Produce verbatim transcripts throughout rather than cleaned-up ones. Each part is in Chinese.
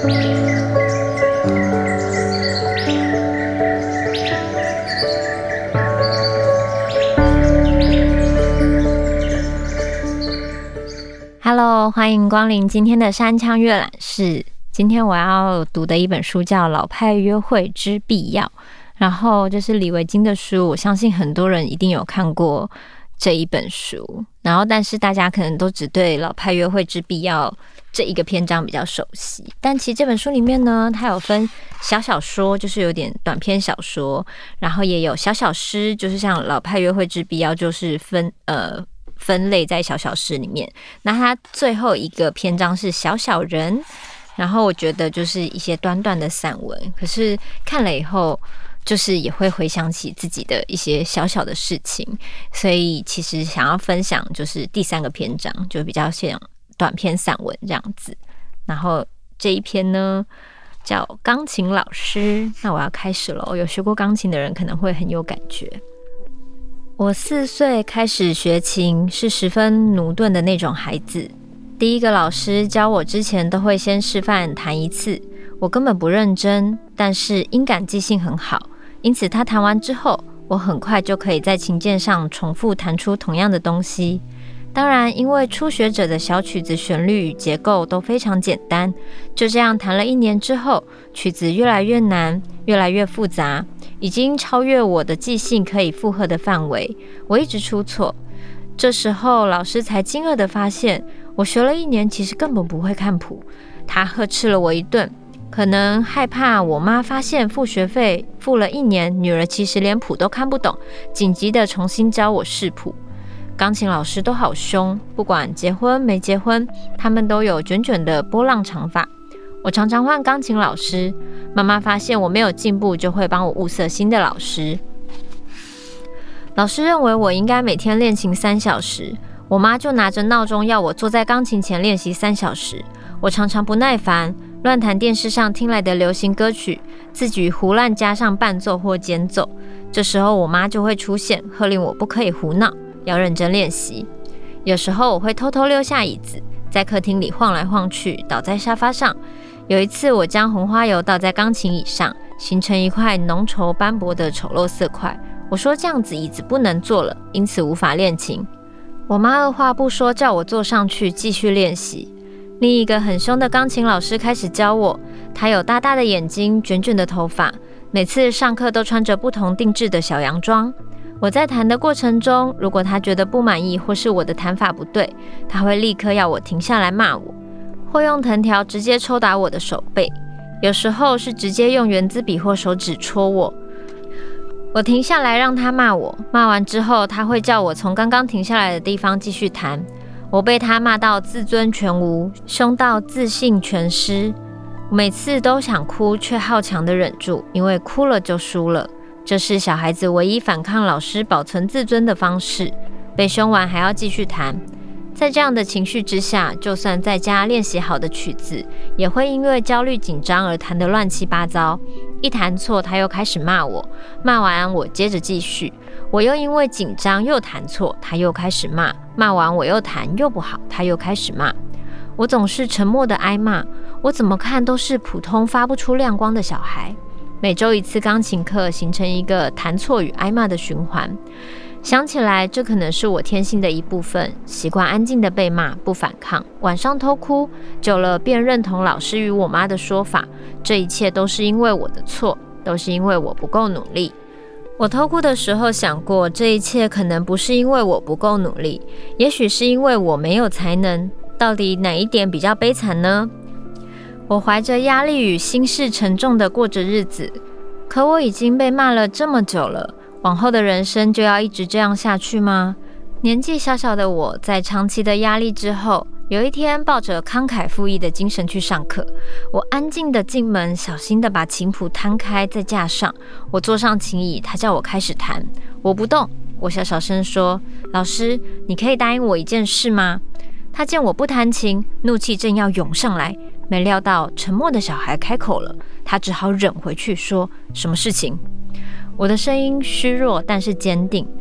Hello， 欢迎光临今天的山羌阅览室。今天我要读的一本书叫《老派约会之必要》，然后就是李维京的书，我相信很多人一定有看过这一本书，然后但是大家可能都只对《老派约会之必要》这一个篇章比较熟悉。但其实这本书里面呢，它有分小小说，就是有点短篇小说，然后也有小小诗，就是像《老派约会之必要》就是分呃。分类在小小诗里面，那它最后一个篇章是小小人，然后我觉得就是一些短短的散文，可是看了以后就是也会回想起自己的一些小小的事情，所以其实想要分享就是第三个篇章，就比较像短篇散文这样子。然后这一篇呢叫钢琴老师，那我要开始了，有学过钢琴的人可能会很有感觉。我四岁开始学琴，是十分驽钝的那种孩子。第一个老师教我之前都会先示范弹一次，我根本不认真，但是音感记性很好，因此他弹完之后，我很快就可以在琴键上重复弹出同样的东西。当然，因为初学者的小曲子旋律与结构都非常简单，就这样弹了一年之后，曲子越来越难，越来越复杂，已经超越我的记性可以负荷的范围，我一直出错。这时候老师才惊愕地发现，我学了一年其实根本不会看谱。他呵斥了我一顿，可能害怕我妈发现付学费付了一年，女儿其实连谱都看不懂，紧急地重新教我视谱。钢琴老师都好凶，不管结婚没结婚，他们都有卷卷的波浪长发。我常常换钢琴老师，妈妈发现我没有进步，就会帮我物色新的老师。老师认为我应该每天练琴三小时，我妈就拿着闹钟要我坐在钢琴前练习三小时。我常常不耐烦，乱弹电视上听来的流行歌曲，自己胡乱加上伴奏或间奏。这时候我妈就会出现，喝令我不可以胡闹，要认真练习。有时候我会偷偷溜下椅子，在客厅里晃来晃去，倒在沙发上。有一次我将红花油倒在钢琴椅上，形成一块浓稠斑驳的丑陋色块。我说这样子椅子不能坐了，因此无法练琴。我妈二话不说叫我坐上去继续练习。另一个很凶的钢琴老师开始教我，他有大大的眼睛，卷卷的头发，每次上课都穿着不同定制的小洋装。我在弹的过程中，如果他觉得不满意或是我的弹法不对，他会立刻要我停下来骂我，或用藤条直接抽打我的手背，有时候是直接用圆珠笔或手指戳我。我停下来让他骂我，骂完之后他会叫我从刚刚停下来的地方继续弹。我被他骂到自尊全无，凶到自信全失。每次都想哭，却好强的忍住，因为哭了就输了。这是小孩子唯一反抗老师、保存自尊的方式。被凶完还要继续弹。在这样的情绪之下，就算在家练习好的曲子，也会因为焦虑紧张而弹得乱七八糟。一弹错，他又开始骂我，骂完我接着继续。我又因为紧张又弹错，他又开始骂，骂完我又弹又不好，他又开始骂。我总是沉默的挨骂，我怎么看都是普通发不出亮光的小孩。每周一次钢琴课，形成一个弹错与挨骂的循环。想起来，这可能是我天性的一部分，习惯安静的被骂，不反抗，晚上偷哭，久了便认同老师与我妈的说法，这一切都是因为我的错，都是因为我不够努力。我偷哭的时候想过，这一切可能不是因为我不够努力，也许是因为我没有才能。到底哪一点比较悲惨呢？我怀着压力与心事沉重的过着日子，可我已经被骂了这么久了，往后的人生就要一直这样下去吗？年纪小小的我，在长期的压力之后，有一天抱着慷慨赴义的精神去上课。我安静的进门，小心的把琴谱摊开在架上。我坐上琴椅，他叫我开始弹，我不动。我小小声说：“老师，你可以答应我一件事吗？”他见我不弹琴，怒气正要涌上来，没料到沉默的小孩开口了，他只好忍回去说：“什么事情？”我的声音虚弱，但是坚定。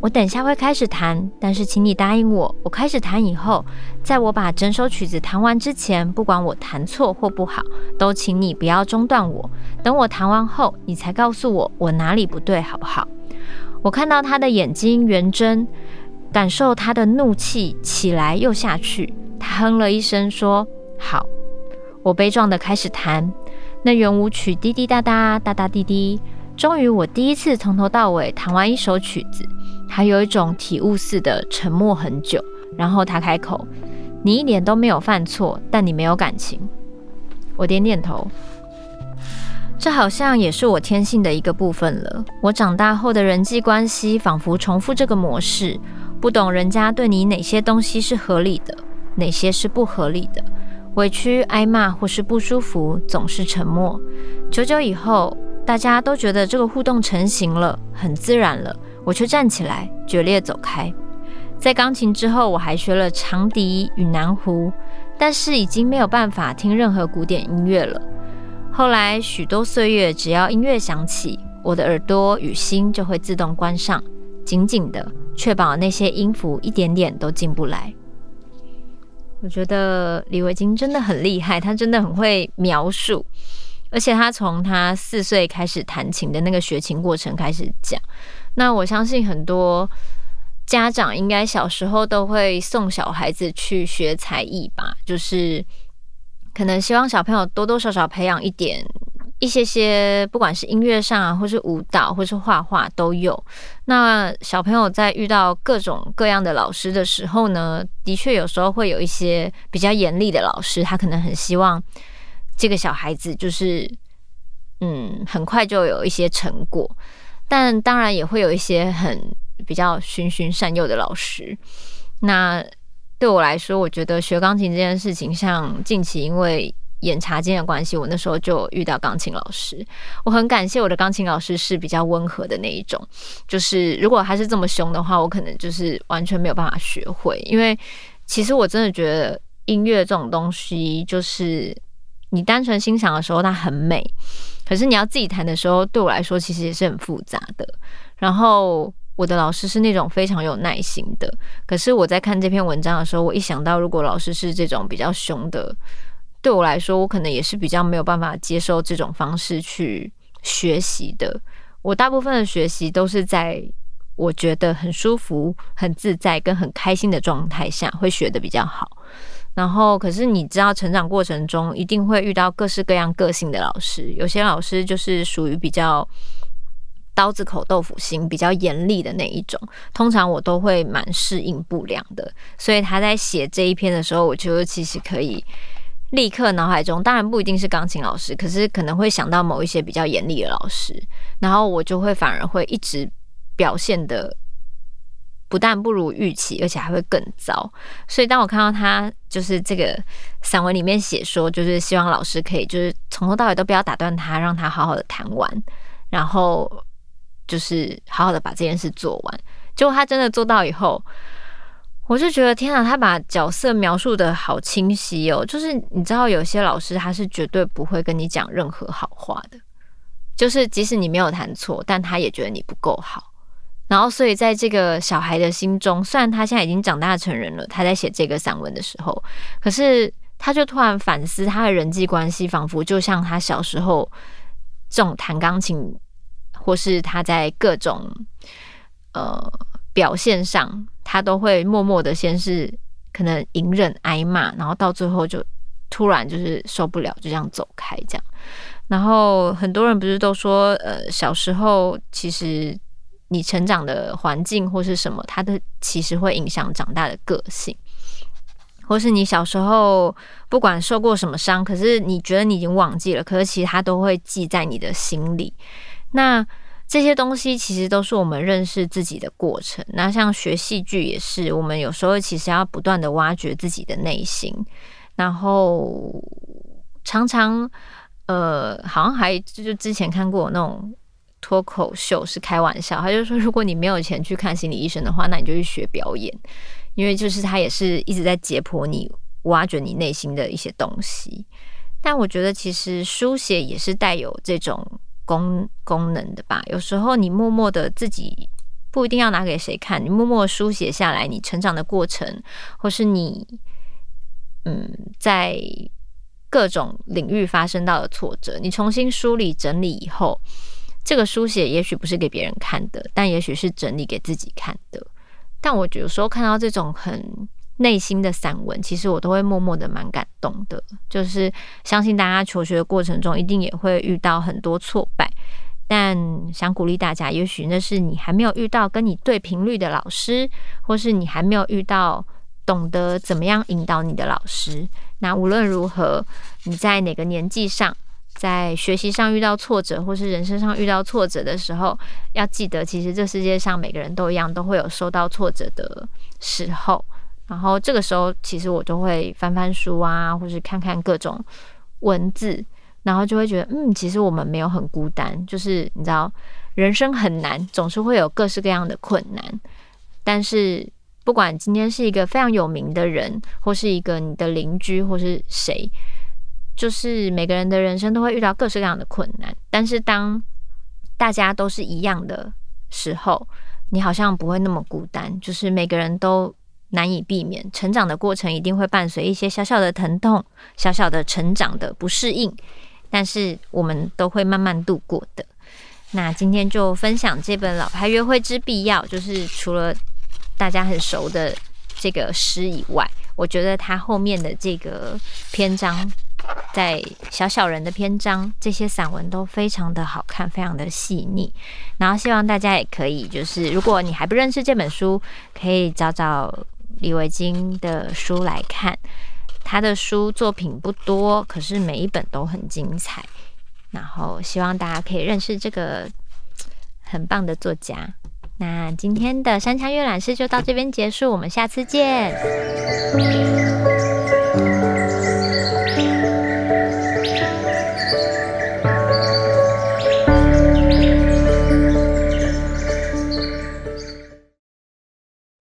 我等下会开始弹，但是请你答应我，我开始弹以后，在我把整首曲子弹完之前，不管我弹错或不好，都请你不要中断我。等我弹完后，你才告诉我我哪里不对，好不好？我看到他的眼睛圆睁，感受他的怒气起来又下去。他哼了一声说：好。我悲壮的开始弹，那圆舞曲滴滴答答，答答滴滴。终于我第一次从头到尾弹完一首曲子，他有一种体悟似的沉默很久，然后他开口：你一点都没有犯错，但你没有感情。我点点头，这好像也是我天性的一个部分了。我长大后的人际关系仿佛重复这个模式，不懂人家对你哪些东西是合理的，哪些是不合理的。委屈、挨骂或是不舒服，总是沉默。久久以后，大家都觉得这个互动成型了，很自然了，我却站起来，决裂走开。在钢琴之后，我还学了长笛与南胡，但是已经没有办法听任何古典音乐了。后来许多岁月，只要音乐响起，我的耳朵与心就会自动关上，紧紧的确保那些音符一点点都进不来。我觉得李维京真的很厉害，他真的很会描述，而且他从他四岁开始弹琴的那个学琴过程开始讲。那我相信很多家长应该小时候都会送小孩子去学才艺吧，就是可能希望小朋友多多少少培养一点一些些，不管是音乐上啊，或是舞蹈，或是画画都有。那小朋友在遇到各种各样的老师的时候呢，的确有时候会有一些比较严厉的老师，他可能很希望这个小孩子就是嗯很快就有一些成果，但当然也会有一些很比较循循善诱的老师。那对我来说，我觉得学钢琴这件事情，像近期因为演茶间的关系，我那时候就遇到钢琴老师。我很感谢我的钢琴老师是比较温和的那一种，就是如果他是这么凶的话，我可能就是完全没有办法学会。因为其实我真的觉得音乐这种东西，就是你单纯欣赏的时候它很美，可是你要自己弹的时候，对我来说其实也是很复杂的。然后我的老师是那种非常有耐心的，可是我在看这篇文章的时候，我一想到如果老师是这种比较凶的，对我来说，我可能也是比较没有办法接受这种方式去学习的。我大部分的学习都是在我觉得很舒服、很自在跟很开心的状态下会学得比较好。然后，可是你知道，成长过程中一定会遇到各式各样个性的老师，有些老师就是属于比较刀子口豆腐心，比较严厉的那一种，通常我都会蛮适应不良的。所以他在写这一篇的时候，我觉得其实可以立刻脑海中，当然不一定是钢琴老师，可是可能会想到某一些比较严厉的老师，然后我就会反而会一直表现的不但不如预期，而且还会更糟。所以当我看到他就是这个散文里面写说，就是希望老师可以就是从头到尾都不要打断他，让他好好的弹完，然后就是好好的把这件事做完。结果他真的做到以后，我就觉得天啊，他把角色描述的好清晰哦。就是你知道有些老师他是绝对不会跟你讲任何好话的，就是即使你没有弹错，但他也觉得你不够好。然后所以在这个小孩的心中，虽然他现在已经长大成人了，他在写这个散文的时候，可是他就突然反思他的人际关系，仿佛就像他小时候这种弹钢琴，或是他在各种呃表现上，他都会默默的先是可能隐忍挨骂，然后到最后就突然就是受不了，就这样走开这样。然后很多人不是都说，呃，小时候其实你成长的环境或是什么，它的其实会影响长大的个性，或是你小时候不管受过什么伤，可是你觉得你已经忘记了，可是其实它都会记在你的心里。那这些东西其实都是我们认识自己的过程。那像学戏剧也是，我们有时候其实要不断的挖掘自己的内心，然后常常呃，好像还就之前看过那种脱口秀是开玩笑，他就说如果你没有钱去看心理医生的话，那你就去学表演，因为就是他也是一直在解剖你、挖掘你内心的一些东西。但我觉得其实书写也是带有这种功功能的吧。有时候你默默的自己不一定要拿给谁看，你默默书写下来你成长的过程，或是你嗯在各种领域发生到的挫折，你重新梳理整理以后，这个书写也许不是给别人看的，但也许是整理给自己看的。但我有时候看到这种很内心的散文，其实我都会默默的蛮感动的。就是相信大家求学的过程中一定也会遇到很多挫败，但想鼓励大家，也许那是你还没有遇到跟你对频率的老师，或是你还没有遇到懂得怎么样引导你的老师。那无论如何，你在哪个年纪上，在学习上遇到挫折，或是人生上遇到挫折的时候，要记得其实这世界上每个人都一样，都会有受到挫折的时候。然后这个时候其实我就会翻翻书啊，或是看看各种文字，然后就会觉得嗯，其实我们没有很孤单。就是你知道人生很难，总是会有各式各样的困难，但是不管今天是一个非常有名的人，或是一个你的邻居，或是谁，就是每个人的人生都会遇到各式各样的困难，但是当大家都是一样的时候，你好像不会那么孤单。就是每个人都难以避免，成长的过程一定会伴随一些小小的疼痛，小小的成长的不适应，但是我们都会慢慢度过的。那今天就分享这本《老派约会之必要》，就是除了大家很熟的这个诗以外，我觉得它后面的这个篇章，在小小人的篇章，这些散文都非常的好看，非常的细腻。然后希望大家也可以，就是如果你还不认识这本书，可以找找李维菁的书来看。他的书作品不多，可是每一本都很精彩。然后希望大家可以认识这个很棒的作家。那今天的山羌阅览室就到这边结束，我们下次见。